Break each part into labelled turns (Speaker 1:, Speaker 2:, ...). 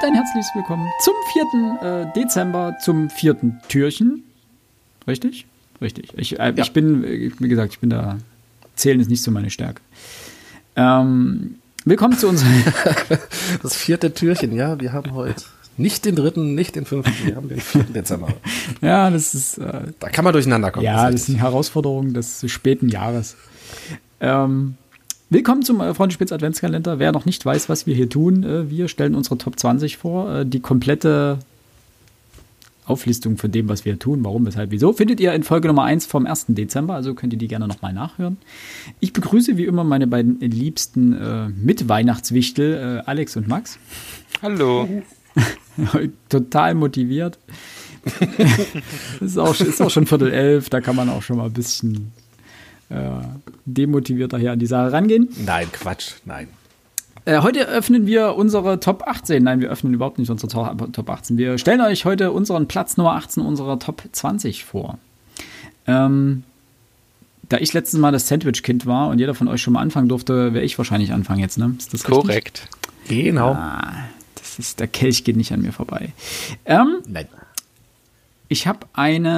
Speaker 1: ein herzliches Willkommen zum 4. Dezember, zum 4. Türchen. Richtig? Richtig. Ich bin, wie gesagt, Zählen ist nicht so meine Stärke. Willkommen zu unserem...
Speaker 2: Das 4. Türchen, ja, wir haben heute nicht den 3., nicht den 5., wir haben den 4. Dezember.
Speaker 1: Ja, das ist...
Speaker 2: da kann man durcheinander kommen.
Speaker 1: Ja, das ist eine Herausforderung des späten Jahres. Willkommen zum Freunde Spitz Adventskalender. Wer noch nicht weiß, was wir hier tun, wir stellen unsere Top 20 vor. Die komplette Auflistung von dem, was wir tun, warum, weshalb, wieso, findet ihr in Folge Nummer 1 vom 1. Dezember. Also könnt ihr die gerne nochmal nachhören. Ich begrüße wie immer meine beiden liebsten Mit-Weihnachtswichtel, Alex und Max.
Speaker 3: Hallo.
Speaker 1: Total motiviert. ist auch schon 10:15, da kann man auch schon mal ein bisschen demotivierter hier an die Sache rangehen.
Speaker 2: Nein, Quatsch, nein.
Speaker 1: Heute öffnen wir unsere Top 18. Nein, wir öffnen überhaupt nicht unsere Top 18. Wir stellen euch heute unseren Platz Nummer 18 unserer Top 20 vor. Da ich letztes Mal das Sandwich-Kind war und jeder von euch schon mal anfangen durfte, werde ich wahrscheinlich anfangen jetzt, ne? Ist das
Speaker 3: korrekt?
Speaker 1: Richtig? Genau. Der Kelch geht nicht an mir vorbei.
Speaker 2: Nein.
Speaker 1: Ich habe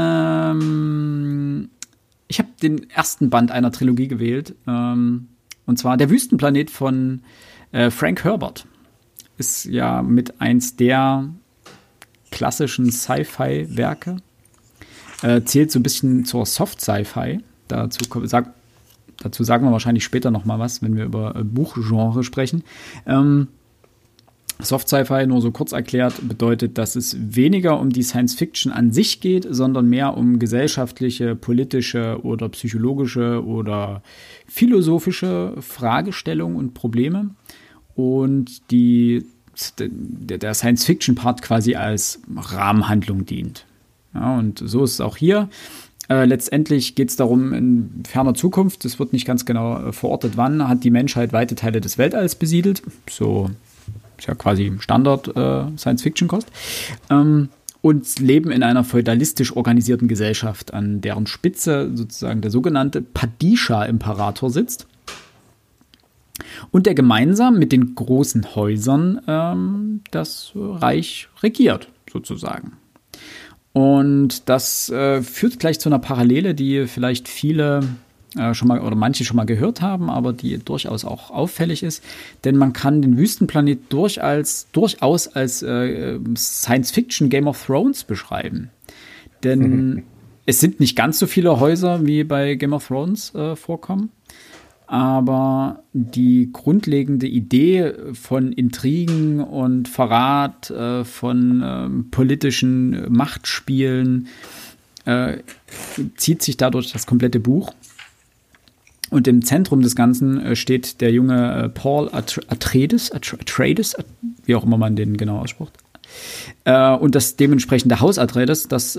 Speaker 1: den ersten Band einer Trilogie gewählt, und zwar Der Wüstenplanet von Frank Herbert. Ist ja mit eins der klassischen Sci-Fi-Werke. Zählt so ein bisschen zur Soft-Sci-Fi. Dazu sagen wir wahrscheinlich später noch mal was, wenn wir über Buchgenre sprechen. Soft-Sci-Fi, nur so kurz erklärt, bedeutet, dass es weniger um die Science-Fiction an sich geht, sondern mehr um gesellschaftliche, politische oder psychologische oder philosophische Fragestellungen und Probleme. Und der Science-Fiction-Part quasi als Rahmenhandlung dient. Ja, und so ist es auch hier. Letztendlich geht es darum, in ferner Zukunft, es wird nicht ganz genau verortet, wann, hat die Menschheit weite Teile des Weltalls besiedelt. So ist ja quasi Standard Science-Fiction-Kost. Und leben in einer feudalistisch organisierten Gesellschaft, an deren Spitze sozusagen der sogenannte Padisha-Imperator sitzt. Und der gemeinsam mit den großen Häusern das Reich regiert, sozusagen. Und das führt gleich zu einer Parallele, die vielleicht viele schon mal oder manche schon mal gehört haben, aber die durchaus auch auffällig ist. Denn man kann den Wüstenplanet durchaus als Science-Fiction Game of Thrones beschreiben. Denn es sind nicht ganz so viele Häuser, wie bei Game of Thrones vorkommen. Aber die grundlegende Idee von Intrigen und Verrat, von politischen Machtspielen zieht sich dadurch das komplette Buch. Und im Zentrum des Ganzen steht der junge Paul Atreides, wie auch immer man den genau ausspricht. Und das dementsprechende Haus Atreides, das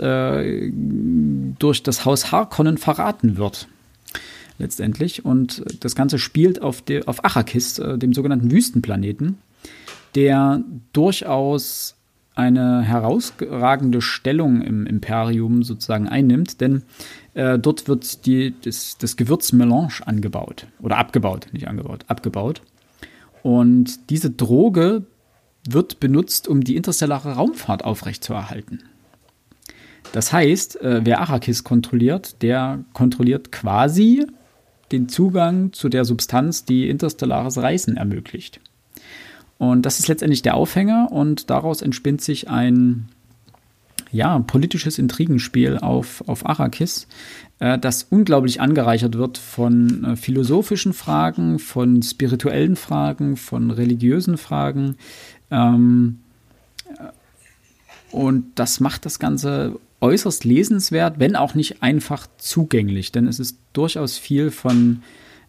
Speaker 1: durch das Haus Harkonnen verraten wird. Letztendlich. Und das Ganze spielt auf Arrakis, dem sogenannten Wüstenplaneten, der durchaus eine herausragende Stellung im Imperium sozusagen einnimmt, denn dort wird das Gewürz Melange angebaut. Oder abgebaut, nicht angebaut, abgebaut. Und diese Droge wird benutzt, um die interstellare Raumfahrt aufrechtzuerhalten. Das heißt, wer Arrakis kontrolliert, der kontrolliert quasi den Zugang zu der Substanz, die interstellares Reisen ermöglicht. Und das ist letztendlich der Aufhänger und daraus entspinnt sich ein politisches Intrigenspiel auf Arrakis, das unglaublich angereichert wird von philosophischen Fragen, von spirituellen Fragen, von religiösen Fragen. Und das macht das Ganze äußerst lesenswert, wenn auch nicht einfach zugänglich, denn es ist durchaus viel von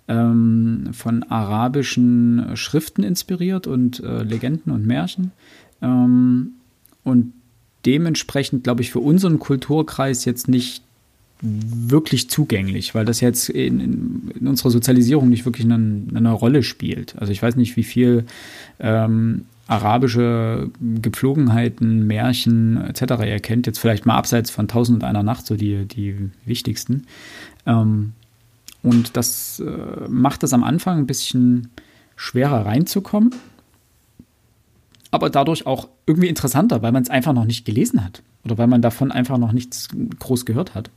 Speaker 1: arabischen Schriften inspiriert und Legenden und Märchen. Und dementsprechend, glaube ich, für unseren Kulturkreis jetzt nicht wirklich zugänglich, weil das jetzt in unserer Sozialisierung nicht wirklich eine Rolle spielt. Also ich weiß nicht, wie viel arabische Gepflogenheiten, Märchen etc. ihr kennt. Jetzt vielleicht mal abseits von 1001 Nacht, so die wichtigsten. Und das macht es am Anfang ein bisschen schwerer reinzukommen. aber dadurch auch irgendwie interessanter, weil man es einfach noch nicht gelesen hat oder weil man davon einfach noch nichts groß gehört hat.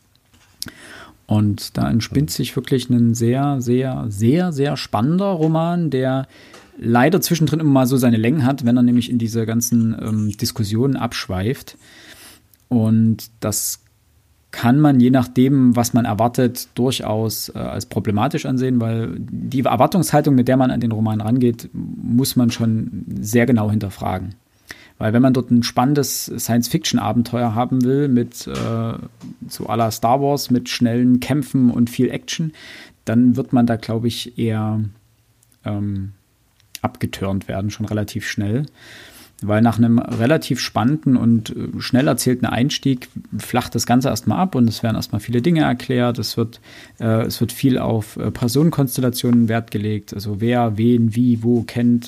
Speaker 1: Und da entspinnt sich wirklich ein sehr, sehr, sehr, sehr spannender Roman, der leider zwischendrin immer mal so seine Längen hat, wenn er nämlich in diese ganzen Diskussionen abschweift. Und das kann man, je nachdem, was man erwartet, durchaus als problematisch ansehen, weil die Erwartungshaltung, mit der man an den Roman rangeht, muss man schon sehr genau hinterfragen. Weil wenn man dort ein spannendes Science-Fiction-Abenteuer haben will, mit so à la Star Wars, mit schnellen Kämpfen und viel Action, dann wird man da, glaube ich, eher abgeturnt werden, schon relativ schnell. Weil nach einem relativ spannenden und schnell erzählten Einstieg flacht das Ganze erstmal ab und es werden erstmal viele Dinge erklärt. Es wird viel auf Personenkonstellationen Wert gelegt, also wer, wen, wie, wo kennt.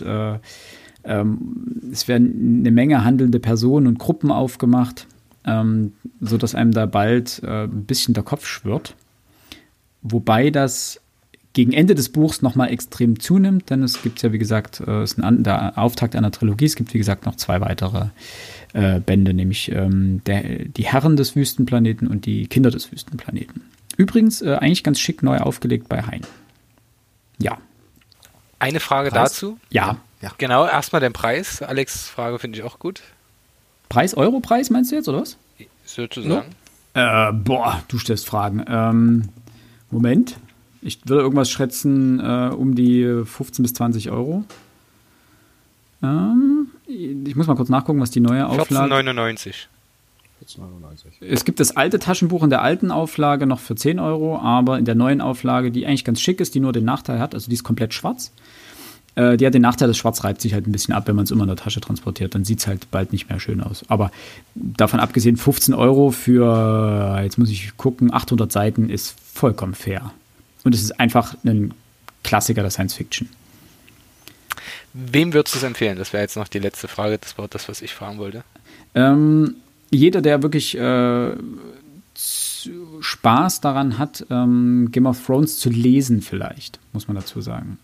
Speaker 1: Es werden eine Menge handelnde Personen und Gruppen aufgemacht, sodass einem da bald ein bisschen der Kopf schwirrt. Wobei das gegen Ende des Buchs nochmal extrem zunimmt, denn es gibt ja, wie gesagt, es ist der Auftakt einer Trilogie. Es gibt, wie gesagt, noch 2 weitere Bände, nämlich die Herren des Wüstenplaneten und die Kinder des Wüstenplaneten. Übrigens eigentlich ganz schick neu aufgelegt bei Hein. Ja.
Speaker 3: Eine Frage
Speaker 1: Preis?
Speaker 3: dazu.
Speaker 1: Ja.
Speaker 3: Genau, erstmal den Preis. Alex' Frage finde ich auch gut.
Speaker 1: Europreis meinst du jetzt, oder was?
Speaker 3: Sozusagen.
Speaker 1: Du stellst Fragen. Moment. Ich würde irgendwas schätzen um die 15 bis 20 Euro. Ich muss mal kurz nachgucken, was die neue Auflage...
Speaker 3: 14,99.
Speaker 1: Es gibt das alte Taschenbuch in der alten Auflage noch für 10 Euro, aber in der neuen Auflage, die eigentlich ganz schick ist, die nur den Nachteil hat, also die ist komplett schwarz, die hat den Nachteil, das Schwarz reibt sich halt ein bisschen ab, wenn man es immer in der Tasche transportiert, dann sieht es halt bald nicht mehr schön aus. Aber davon abgesehen, 15 Euro für, jetzt muss ich gucken, 800 Seiten ist vollkommen fair. Und es ist einfach ein Klassiker der Science Fiction.
Speaker 3: Wem würdest du es empfehlen? Das wäre jetzt noch die letzte Frage. Das war das, was ich fragen wollte.
Speaker 1: Jeder, der wirklich Spaß daran hat, Game of Thrones zu lesen vielleicht, muss man dazu sagen.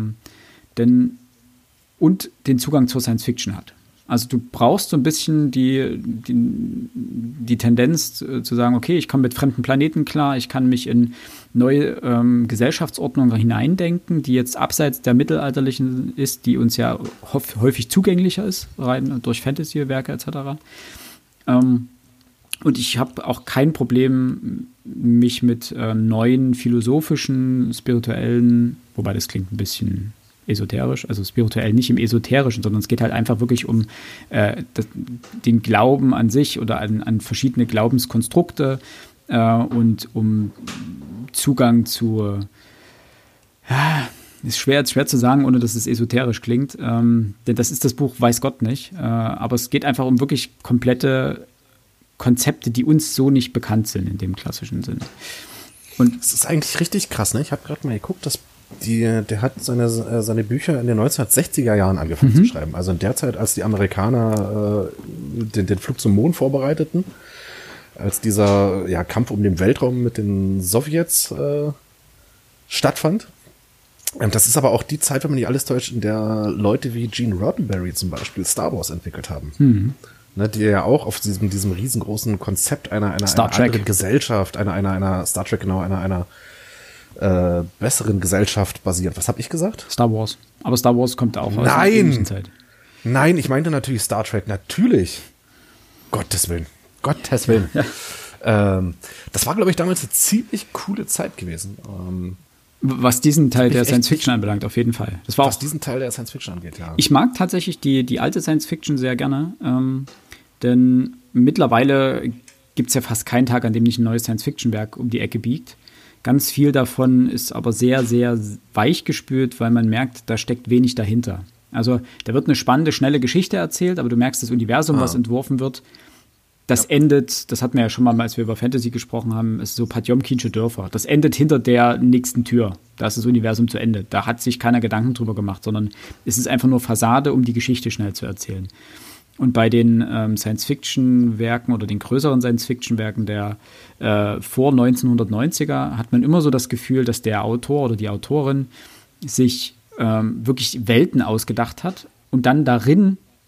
Speaker 1: Und den Zugang zur Science Fiction hat. Also du brauchst so ein bisschen die Tendenz zu sagen, okay, ich komme mit fremden Planeten klar, ich kann mich in neue Gesellschaftsordnungen hineindenken, die jetzt abseits der mittelalterlichen ist, die uns ja häufig zugänglicher ist, rein durch Fantasy-Werke etc. Und ich habe auch kein Problem, mich mit neuen philosophischen, spirituellen, wobei das klingt ein bisschen esoterisch, also spirituell nicht im Esoterischen, sondern es geht halt einfach wirklich um den Glauben an sich oder an verschiedene Glaubenskonstrukte und um Zugang zu, ist schwer zu sagen, ohne dass es esoterisch klingt, denn das ist das Buch, weiß Gott nicht, aber es geht einfach um wirklich komplette Konzepte, die uns so nicht bekannt sind in dem klassischen Sinne.
Speaker 2: Und es ist eigentlich richtig krass, ne? Ich habe gerade mal geguckt, der hat seine Bücher in den 1960er Jahren angefangen zu schreiben. Also in der Zeit, als die Amerikaner den Flug zum Mond vorbereiteten, als dieser Kampf um den Weltraum mit den Sowjets stattfand. Das ist aber auch die Zeit, wenn man nicht alles täuscht, in der Leute wie Gene Roddenberry zum Beispiel Star Wars entwickelt haben. Ne, die ja auch auf diesem riesengroßen Konzept einer anderen Gesellschaft, einer Star Trek, genau, einer besseren Gesellschaft basiert. Was habe ich gesagt?
Speaker 1: Star Wars. Aber Star Wars kommt auch aus der ähnlichen Zeit.
Speaker 2: Nein, ich meinte natürlich Star Trek. Natürlich. Gottes Willen. Ja. Das war, glaube ich, damals eine ziemlich coole Zeit gewesen.
Speaker 1: Was diesen Teil der Science Fiction anbelangt, auf jeden Fall. Das war
Speaker 2: was diesen Teil der Science Fiction angeht, ja.
Speaker 1: Ich mag tatsächlich die alte Science Fiction sehr gerne, denn mittlerweile gibt es ja fast keinen Tag, an dem nicht ein neues Science Fiction Werk um die Ecke biegt. Ganz viel davon ist aber sehr, sehr weich gespült, weil man merkt, da steckt wenig dahinter. Also da wird eine spannende, schnelle Geschichte erzählt, aber du merkst, das Universum, was entworfen wird, das endet, das hatten wir ja schon mal, als wir über Fantasy gesprochen haben, ist so Potjomkinsche Dörfer. Das endet hinter der nächsten Tür. Da ist das Universum zu Ende. Da hat sich keiner Gedanken drüber gemacht, sondern es ist einfach nur Fassade, um die Geschichte schnell zu erzählen. Und bei den Science-Fiction-Werken oder den größeren Science-Fiction-Werken der vor 1990er hat man immer so das Gefühl, dass der Autor oder die Autorin sich wirklich Welten ausgedacht hat und dann darin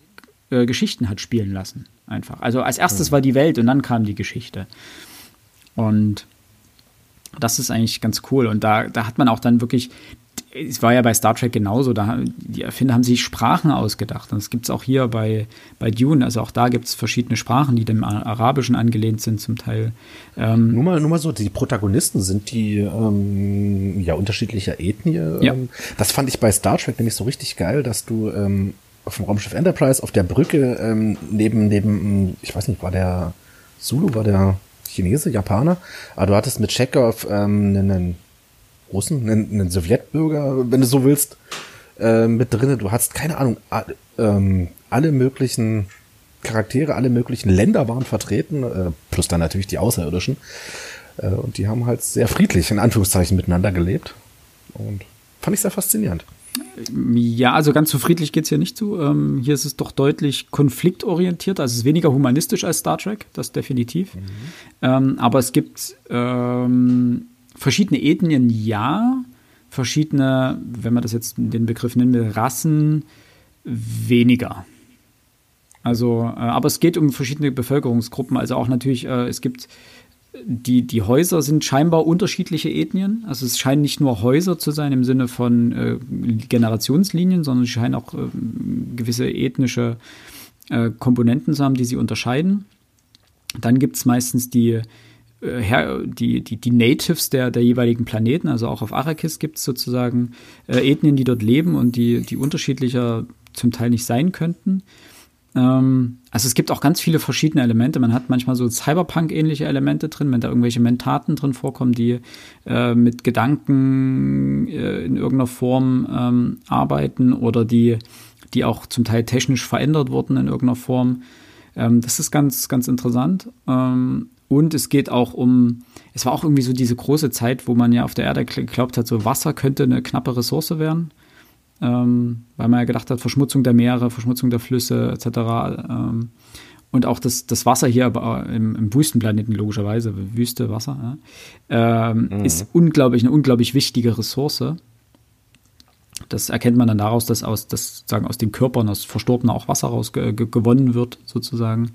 Speaker 1: Geschichten hat spielen lassen. Einfach. Also als erstes war die Welt und dann kam die Geschichte. Und das ist eigentlich ganz cool. Und da hat man auch dann wirklich, es war ja bei Star Trek genauso, die Erfinder haben sich Sprachen ausgedacht. Und das gibt es auch hier bei Dune. Also auch da gibt es verschiedene Sprachen, die dem Arabischen angelehnt sind zum Teil.
Speaker 2: Nur mal so, die Protagonisten sind die unterschiedlicher Ethnie.
Speaker 1: Ja.
Speaker 2: Das fand ich bei Star Trek nämlich so richtig geil, dass du auf dem Raumschiff Enterprise auf der Brücke neben, ich weiß nicht, war der Zulu, war der Chinese, Japaner, aber du hattest mit Chekhov einen Russen, einen Sowjetbürger, wenn du so willst, mit drinne. Du hast, keine Ahnung, alle möglichen Charaktere, alle möglichen Länder waren vertreten, plus dann natürlich die Außerirdischen. Und die haben halt sehr friedlich, in Anführungszeichen, miteinander gelebt. Und fand ich sehr faszinierend.
Speaker 1: Ja, also ganz so friedlich geht es hier nicht zu. Hier ist es doch deutlich konfliktorientiert. Also es ist weniger humanistisch als Star Trek, das definitiv. Aber es gibt verschiedene Ethnien, ja. Verschiedene, wenn man das jetzt den Begriff nennen will, Rassen, weniger. Also, aber es geht um verschiedene Bevölkerungsgruppen. Also auch natürlich, es gibt die Häuser sind scheinbar unterschiedliche Ethnien. Also es scheinen nicht nur Häuser zu sein im Sinne von Generationslinien, sondern es scheinen auch gewisse ethnische Komponenten zu haben, die sie unterscheiden. Dann gibt es meistens die Natives der jeweiligen Planeten. Also auch auf Arrakis gibt es sozusagen Ethnien, die dort leben und die unterschiedlicher zum Teil nicht sein könnten. Also es gibt auch ganz viele verschiedene Elemente. Man hat manchmal so Cyberpunk-ähnliche Elemente drin, wenn da irgendwelche Mentaten drin vorkommen, die mit Gedanken in irgendeiner Form arbeiten oder die auch zum Teil technisch verändert wurden in irgendeiner Form. Das ist ganz, ganz interessant. Und es geht auch es war auch irgendwie so diese große Zeit, wo man ja auf der Erde geglaubt hat, so Wasser könnte eine knappe Ressource werden. Weil man ja gedacht hat, Verschmutzung der Meere, Verschmutzung der Flüsse etc. Und auch das Wasser hier im Wüstenplaneten logischerweise, Wüste, Wasser, ist eine unglaublich wichtige Ressource. Das erkennt man dann daraus, dass aus den Körpern, aus Verstorbener auch Wasser gewonnen wird, sozusagen.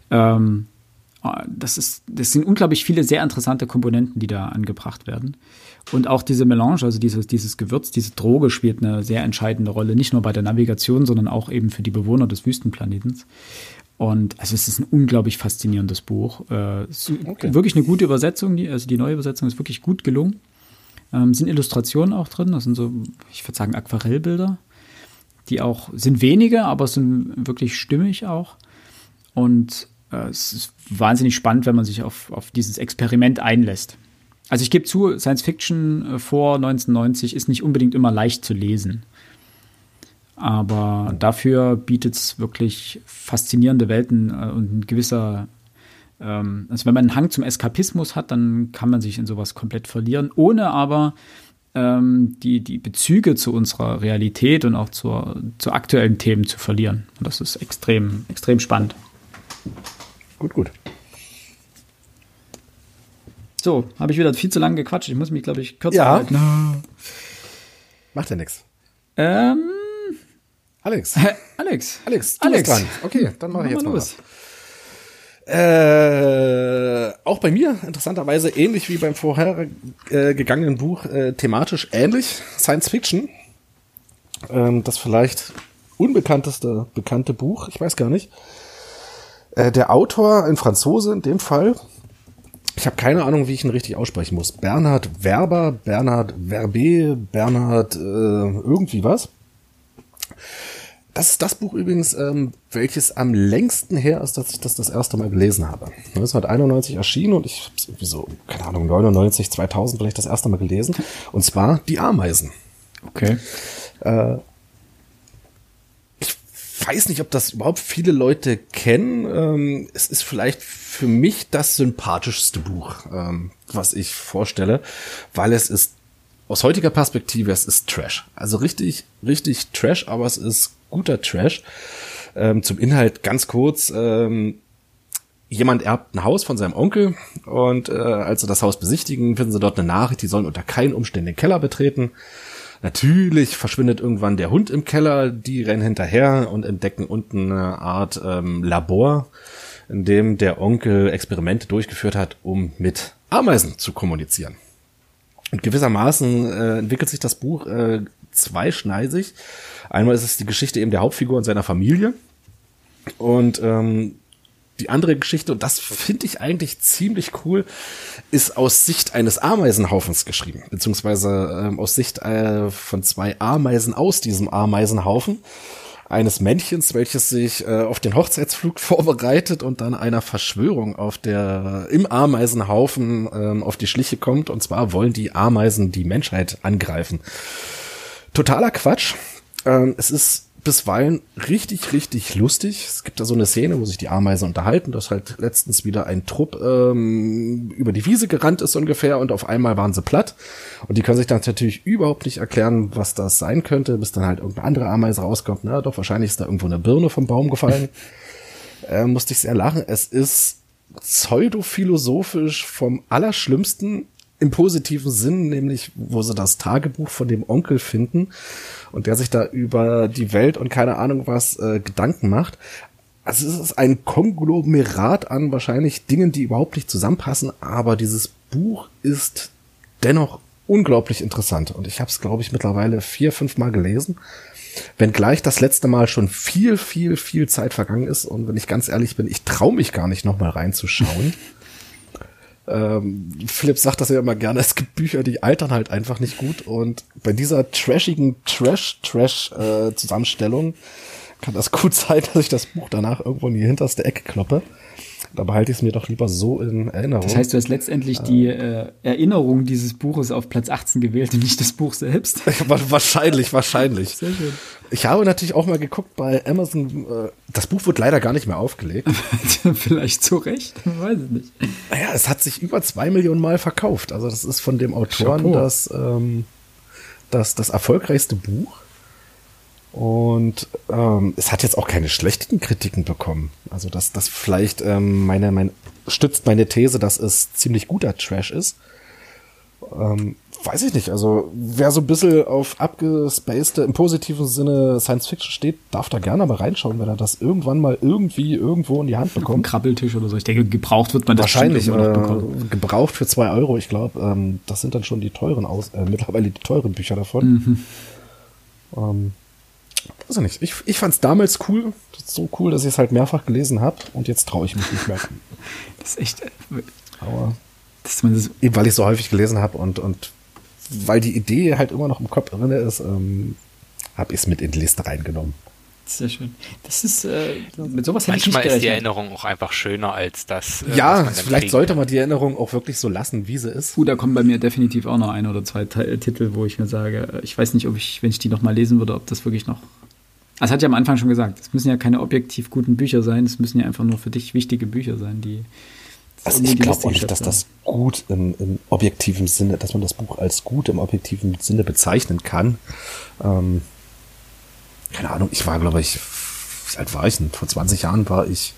Speaker 1: Das sind unglaublich viele sehr interessante Komponenten, die da angebracht werden. Und auch diese Melange, also dieses Gewürz, diese Droge spielt eine sehr entscheidende Rolle, nicht nur bei der Navigation, sondern auch eben für die Bewohner des Wüstenplanetens. Und also es ist ein unglaublich faszinierendes Buch. Wirklich eine gute Übersetzung, die neue Übersetzung ist wirklich gut gelungen. Sind Illustrationen auch drin, das sind so, ich würde sagen, Aquarellbilder, die auch, sind wenige, aber sind wirklich stimmig auch. Und es ist wahnsinnig spannend, wenn man sich auf dieses Experiment einlässt. Also ich gebe zu, Science Fiction vor 1990 ist nicht unbedingt immer leicht zu lesen. Aber dafür bietet es wirklich faszinierende Welten und ein gewisser, also wenn man einen Hang zum Eskapismus hat, dann kann man sich in sowas komplett verlieren, ohne aber die Bezüge zu unserer Realität und auch zu aktuellen Themen zu verlieren. Und das ist extrem, extrem spannend.
Speaker 2: Gut.
Speaker 1: So, habe ich wieder viel zu lange gequatscht. Ich muss mich, glaube ich, kürzer halten.
Speaker 2: No. Macht ja nichts. Alex, du bist dran. Okay, dann mache ich jetzt mal los. Auch bei mir, interessanterweise, ähnlich wie beim vorher gegangenen Buch, thematisch ähnlich, Science Fiction. Das vielleicht unbekannteste bekannte Buch, ich weiß gar nicht. Der Autor, ein Franzose in dem Fall, ich habe keine Ahnung, wie ich ihn richtig aussprechen muss. Bernhard Werber, Bernhard Verbe, Bernhard irgendwie was. Das ist das Buch übrigens, welches am längsten her ist, dass ich das erste Mal gelesen habe. 1991 erschienen und ich habe es irgendwie so, keine Ahnung, 99, 2000 vielleicht das erste Mal gelesen. Und zwar Die Ameisen.
Speaker 1: Okay.
Speaker 2: Ich weiß nicht, ob das überhaupt viele Leute kennen. Es ist vielleicht für mich das sympathischste Buch, was ich vorstelle, weil es ist aus heutiger Perspektive, es ist Trash. Also richtig, richtig Trash, aber es ist guter Trash. Zum Inhalt ganz kurz. Jemand erbt ein Haus von seinem Onkel und als sie das Haus besichtigen, finden sie dort eine Nachricht, die sollen unter keinen Umständen den Keller betreten. Natürlich verschwindet irgendwann der Hund im Keller, die rennen hinterher und entdecken unten eine Art Labor, in dem der Onkel Experimente durchgeführt hat, um mit Ameisen zu kommunizieren. Und gewissermaßen entwickelt sich das Buch zweischneisig. Einmal ist es die Geschichte eben der Hauptfigur und seiner Familie. Und die andere Geschichte, und das finde ich eigentlich ziemlich cool, ist aus Sicht eines Ameisenhaufens geschrieben, beziehungsweise aus Sicht von 2 Ameisen aus diesem Ameisenhaufen, eines Männchens, welches sich auf den Hochzeitsflug vorbereitet und dann einer Verschwörung im Ameisenhaufen auf die Schliche kommt, und zwar wollen die Ameisen die Menschheit angreifen. Totaler Quatsch. Es ist bisweilen richtig, richtig lustig. Es gibt da so eine Szene, wo sich die Ameisen unterhalten, dass halt letztens wieder ein Trupp über die Wiese gerannt ist ungefähr und auf einmal waren sie platt. Und die können sich dann natürlich überhaupt nicht erklären, was das sein könnte, bis dann halt irgendeine andere Ameise rauskommt. Na doch, wahrscheinlich ist da irgendwo eine Birne vom Baum gefallen. Musste ich sehr lachen. Es ist pseudophilosophisch vom Allerschlimmsten im positiven Sinn, nämlich wo sie das Tagebuch von dem Onkel finden und der sich da über die Welt und keine Ahnung was Gedanken macht. Also es ist ein Konglomerat an wahrscheinlich Dingen, die überhaupt nicht zusammenpassen, aber dieses Buch ist dennoch unglaublich interessant und ich habe es, glaube ich, mittlerweile 4-5 Mal gelesen, wenngleich das letzte Mal schon viel Zeit vergangen ist und wenn ich ganz ehrlich bin, ich traue mich gar nicht nochmal reinzuschauen. Philipp sagt das ja immer gerne, es gibt Bücher, die altern halt einfach nicht gut und bei dieser trashigen Trash-Zusammenstellung kann das gut sein, dass ich das Buch danach irgendwo in die hinterste Ecke kloppe. Da behalte ich es mir doch lieber so in Erinnerung.
Speaker 1: Das heißt, du hast letztendlich die Erinnerung dieses Buches auf Platz 18 gewählt und nicht das Buch selbst?
Speaker 2: Wahrscheinlich.
Speaker 1: Sehr schön.
Speaker 2: Ich habe natürlich auch mal geguckt bei Amazon, das Buch wird leider gar nicht mehr aufgelegt.
Speaker 1: Vielleicht zu Recht, man weiß es nicht.
Speaker 2: Naja, es hat sich über 2 Millionen Mal verkauft. Also das ist von dem Autoren das erfolgreichste Buch. Und es hat jetzt auch keine schlechten Kritiken bekommen. Also das vielleicht stützt meine These, dass es ziemlich guter Trash ist. Weiß ich nicht. Also wer so ein bisschen auf abgespacede, im positiven Sinne Science-Fiction steht, darf da gerne mal reinschauen, wenn er das irgendwann mal irgendwie irgendwo in die Hand bekommt.
Speaker 1: Ein Krabbeltisch oder so. Ich denke, gebraucht wird man das
Speaker 2: wahrscheinlich gebraucht für 2 Euro. Ich glaube, das sind dann schon die teuren mittlerweile die teuren Bücher davon. Weiß ich nicht. Ich fand's damals cool. So cool, dass ich es halt mehrfach gelesen habe und jetzt traue ich mich nicht mehr.
Speaker 1: Das ist echt.
Speaker 2: Aber eben weil ich so häufig gelesen habe und weil die Idee halt immer noch im Kopf drin ist, habe ich es mit in die Liste reingenommen.
Speaker 1: Sehr schön. Das ist, mit sowas hätte ich nicht
Speaker 3: Manchmal
Speaker 1: gerechnet.
Speaker 3: ist die Erinnerung auch einfach schöner als das.
Speaker 2: Ja, vielleicht sollte man die Erinnerung auch wirklich so lassen, wie sie ist.
Speaker 1: Da kommen bei mir definitiv auch noch 1 oder 2 Titel, wo ich mir sage, ich weiß nicht, wenn ich die nochmal lesen würde, ob das wirklich noch. Das hat ja am Anfang schon gesagt, es müssen ja keine objektiv guten Bücher sein, es müssen ja einfach nur für dich wichtige Bücher sein, die.
Speaker 2: Also ich glaube auch nicht, dass das gut im objektiven Sinne, dass man das Buch als gut im objektiven Sinne bezeichnen kann. Keine Ahnung, ich war, glaube ich, wie alt war ich denn? Vor 20 Jahren war ich.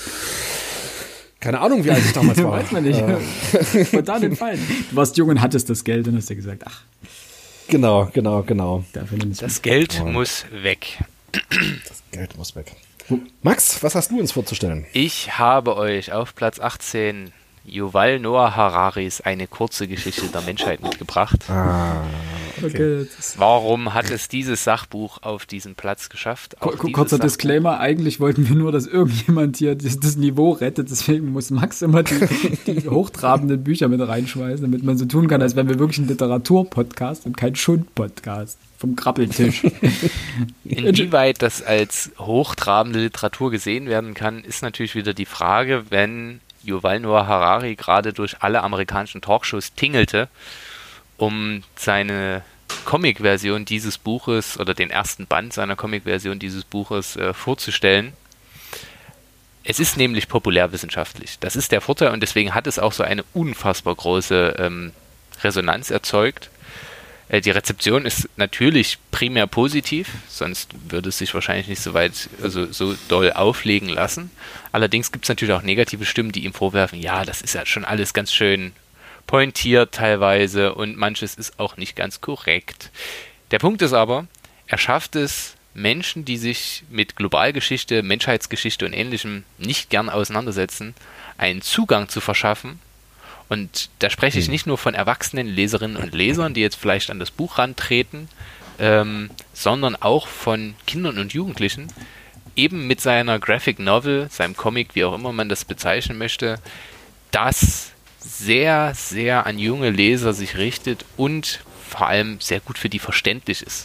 Speaker 2: Keine Ahnung, wie alt ich damals war.
Speaker 1: Weiß man nicht. Spontan entfallen. Du warst jung und hattest das Geld und hast dir gesagt, ach.
Speaker 2: Genau.
Speaker 3: Das Geld muss weg.
Speaker 2: Das Geld muss weg. Max, was hast du uns vorzustellen?
Speaker 3: Ich habe euch auf Platz 18 Yuval Noah Hararis Eine kurze Geschichte der Menschheit mitgebracht.
Speaker 1: Okay.
Speaker 3: Warum hat es dieses Sachbuch auf diesen Platz geschafft?
Speaker 1: Kurzer Disclaimer, eigentlich wollten wir nur, dass irgendjemand hier das Niveau rettet, deswegen muss Max immer die hochtrabenden Bücher mit reinschmeißen, damit man so tun kann, als wären wir wirklich ein Literaturpodcast und kein Schund-Podcast vom Krabbeltisch.
Speaker 3: Inwieweit das als hochtrabende Literatur gesehen werden kann, ist natürlich wieder die Frage, wenn Yuval Noah Harari gerade durch alle amerikanischen Talkshows tingelte, um seine Comic-Version dieses Buches oder den ersten Band seiner Comic-Version dieses Buches vorzustellen. Es ist nämlich populärwissenschaftlich. Das ist der Vorteil und deswegen hat es auch so eine unfassbar große Resonanz erzeugt. Die Rezeption ist natürlich primär positiv, sonst würde es sich wahrscheinlich nicht so doll auflegen lassen. Allerdings gibt es natürlich auch negative Stimmen, die ihm vorwerfen, ja, das ist ja schon alles ganz schön pointiert teilweise und manches ist auch nicht ganz korrekt. Der Punkt ist aber, er schafft es, Menschen, die sich mit Globalgeschichte, Menschheitsgeschichte und Ähnlichem nicht gern auseinandersetzen, einen Zugang zu verschaffen. Und da spreche ich nicht nur von erwachsenen Leserinnen und Lesern, die jetzt vielleicht an das Buch rantreten, sondern auch von Kindern und Jugendlichen, eben mit seiner Graphic Novel, seinem Comic, wie auch immer man das bezeichnen möchte, das sehr, sehr an junge Leser sich richtet und vor allem sehr gut für die verständlich ist.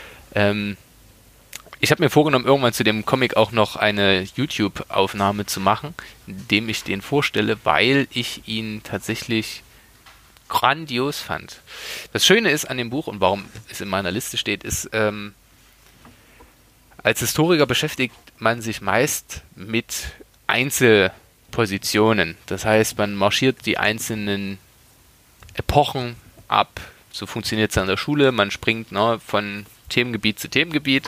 Speaker 3: Ich habe mir vorgenommen, irgendwann zu dem Comic auch noch eine YouTube-Aufnahme zu machen, indem ich den vorstelle, weil ich ihn tatsächlich grandios fand. Das Schöne ist an dem Buch und warum es in meiner Liste steht, ist, als Historiker beschäftigt man sich meist mit Einzelpositionen. Das heißt, man marschiert die einzelnen Epochen ab. So funktioniert es an der Schule. Man springt von Themengebiet zu Themengebiet.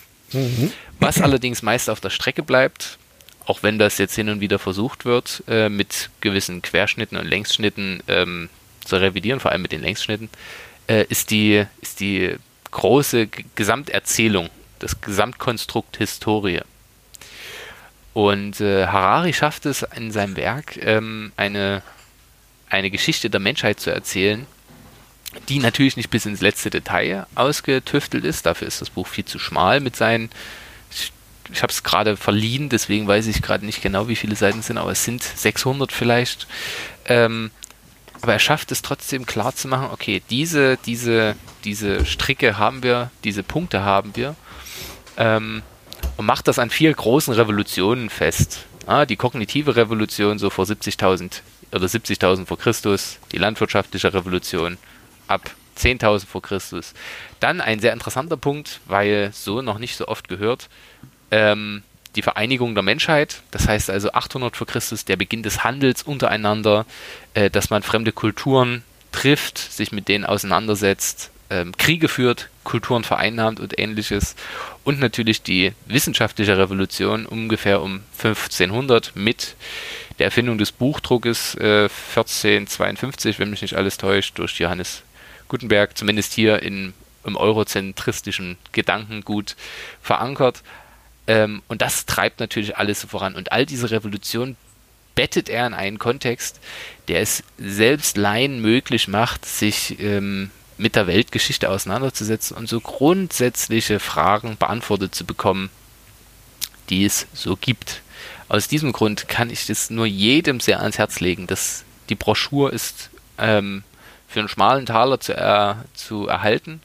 Speaker 3: Was allerdings meist auf der Strecke bleibt, auch wenn das jetzt hin und wieder versucht wird, mit gewissen Querschnitten und Längsschnitten zu revidieren, vor allem mit den Längsschnitten, ist die große Gesamterzählung, das Gesamtkonstrukt Historie. Und Harari schafft es in seinem Werk, eine Geschichte der Menschheit zu erzählen, die natürlich nicht bis ins letzte Detail ausgetüftelt ist. Dafür ist das Buch viel zu schmal mit seinen, ich habe es gerade verliehen, deswegen weiß ich gerade nicht genau, wie viele Seiten es sind, aber es sind 600 vielleicht. Aber er schafft es trotzdem klar zu machen, okay, diese Stricke haben wir, diese Punkte haben wir, und macht das an 4 großen Revolutionen fest. Die kognitive Revolution so vor 70.000 oder 70.000 vor Christus, die landwirtschaftliche Revolution ab 10.000 vor Christus. Dann ein sehr interessanter Punkt, weil so noch nicht so oft gehört, die Vereinigung der Menschheit, das heißt also 800 vor Christus, der Beginn des Handels untereinander, dass man fremde Kulturen trifft, sich mit denen auseinandersetzt, Kriege führt, Kulturen vereinnahmt und Ähnliches. Und natürlich die wissenschaftliche Revolution ungefähr um 1500 mit der Erfindung des Buchdruckes 1452, wenn mich nicht alles täuscht, durch Johannes Gutenberg, zumindest hier im eurozentristischen Gedankengut verankert. Und das treibt natürlich alles so voran. Und all diese Revolutionen bettet er in einen Kontext, der es selbst Laien möglich macht, sich mit der Weltgeschichte auseinanderzusetzen und so grundsätzliche Fragen beantwortet zu bekommen, die es so gibt. Aus diesem Grund kann ich das nur jedem sehr ans Herz legen. Die Broschüre ist für einen schmalen Taler zu erhalten.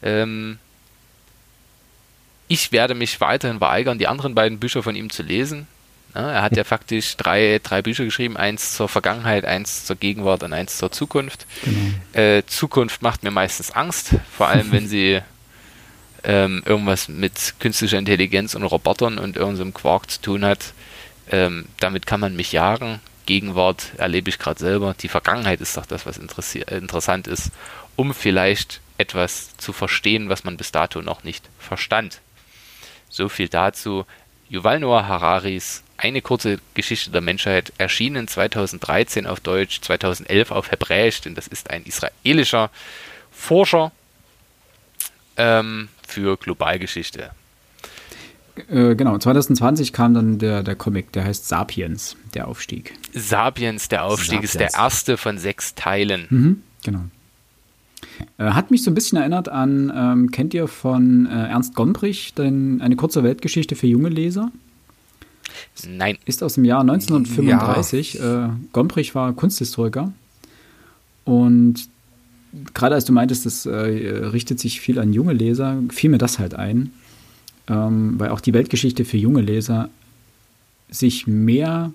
Speaker 3: Ich werde mich weiterhin weigern, die anderen beiden Bücher von ihm zu lesen. Ja, er hat ja faktisch drei Bücher geschrieben, eins zur Vergangenheit, eins zur Gegenwart und eins zur Zukunft. Genau. Zukunft macht mir meistens Angst, vor allem wenn sie irgendwas mit künstlicher Intelligenz und Robotern und irgendeinem Quark zu tun hat. Damit kann man mich jagen. Gegenwart erlebe ich gerade selber. Die Vergangenheit ist doch das, was interessant ist, um vielleicht etwas zu verstehen, was man bis dato noch nicht verstand. So viel dazu. Yuval Noah Hararis Eine kurze Geschichte der Menschheit, erschienen 2013 auf Deutsch, 2011 auf Hebräisch, denn das ist ein israelischer Forscher für Globalgeschichte.
Speaker 1: Genau, 2020 kam dann der Comic, der heißt Sapiens, der Aufstieg.
Speaker 3: Sapiens, der Aufstieg ist der erste von 6 Teilen.
Speaker 1: Mhm, genau. Hat mich so ein bisschen erinnert an, kennt ihr von Ernst Gombrich, eine kurze Weltgeschichte für junge Leser?
Speaker 3: Nein.
Speaker 1: Ist aus dem Jahr 1935. Ja. Gombrich war Kunsthistoriker. Und gerade als du meintest, das richtet sich viel an junge Leser, fiel mir das halt ein. Weil auch die Weltgeschichte für junge Leser sich mehr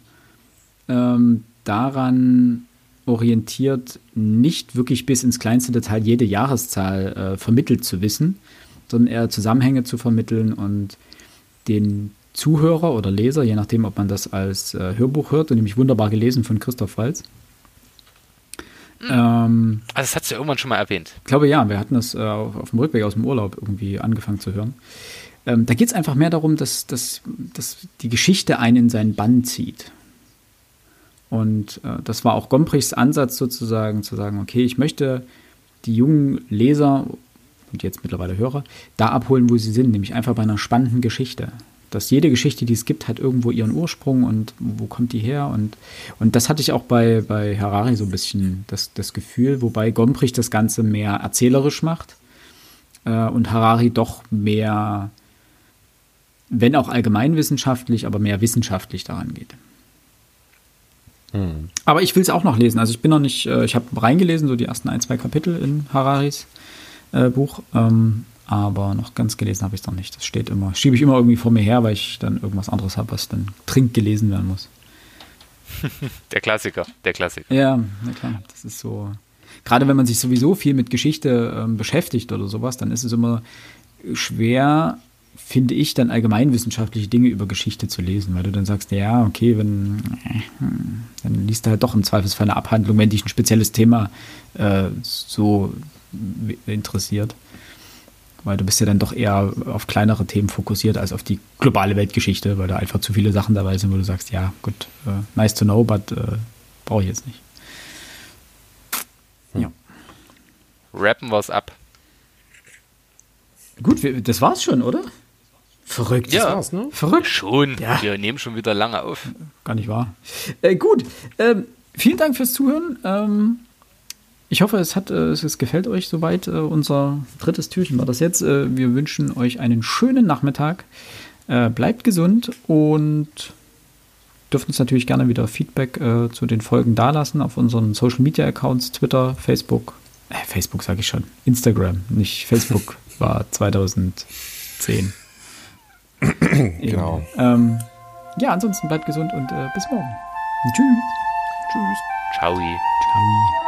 Speaker 1: daran orientiert, nicht wirklich bis ins kleinste Detail jede Jahreszahl vermittelt zu wissen, sondern eher Zusammenhänge zu vermitteln und den Zuhörer oder Leser, je nachdem, ob man das als Hörbuch hört, und nämlich wunderbar gelesen von Christoph Waltz.
Speaker 3: Also das hast du ja irgendwann schon mal erwähnt.
Speaker 1: Ich glaube, ja, wir hatten das auf dem Rückweg aus dem Urlaub irgendwie angefangen zu hören. Da geht es einfach mehr darum, dass die Geschichte einen in seinen Bann zieht. Und das war auch Gombrichs Ansatz sozusagen, zu sagen, okay, ich möchte die jungen Leser, und jetzt mittlerweile Hörer, da abholen, wo sie sind, nämlich einfach bei einer spannenden Geschichte. Dass jede Geschichte, die es gibt, hat irgendwo ihren Ursprung und wo kommt die her? Und das hatte ich auch bei Harari so ein bisschen das Gefühl, wobei Gombrich das Ganze mehr erzählerisch macht und Harari doch mehr, wenn auch allgemeinwissenschaftlich, aber mehr wissenschaftlich daran geht. Aber ich will es auch noch lesen. Also ich bin noch nicht, ich habe reingelesen, so die ersten 1-2 Kapitel in Hararis Buch, aber noch ganz gelesen habe ich es noch nicht. Das steht immer, schiebe ich immer irgendwie vor mir her, weil ich dann irgendwas anderes habe, was dann dringend gelesen werden muss.
Speaker 3: Der Klassiker.
Speaker 1: Ja, na klar, das ist so. Gerade wenn man sich sowieso viel mit Geschichte beschäftigt oder sowas, dann ist es immer schwer, finde ich, dann allgemeinwissenschaftliche Dinge über Geschichte zu lesen, weil du dann sagst, ja, okay, dann liest du halt doch im Zweifelsfall eine Abhandlung, wenn dich ein spezielles Thema so interessiert. Weil du bist ja dann doch eher auf kleinere Themen fokussiert als auf die globale Weltgeschichte, weil da einfach zu viele Sachen dabei sind, wo du sagst, ja, gut, nice to know, but brauche ich jetzt nicht. Ja.
Speaker 3: Rappen wir's ab.
Speaker 1: Gut, das war's schon, oder? Verrückt.
Speaker 3: Ja,
Speaker 1: das war's, ne? Verrückt.
Speaker 3: Schon.
Speaker 1: Ja.
Speaker 3: Wir nehmen schon wieder lange auf.
Speaker 1: Gar nicht wahr. Gut. Vielen Dank fürs Zuhören. Ich hoffe, es gefällt euch soweit. Unser drittes Türchen war das jetzt. Wir wünschen euch einen schönen Nachmittag. Bleibt gesund und dürft uns natürlich gerne wieder Feedback zu den Folgen dalassen auf unseren Social Media Accounts, Twitter, Facebook. Facebook sage ich schon. Instagram, nicht Facebook, war 2010.
Speaker 2: Genau.
Speaker 1: Ja, ansonsten bleibt gesund und bis morgen. Tschüss.
Speaker 3: Ciao.
Speaker 1: Ciao.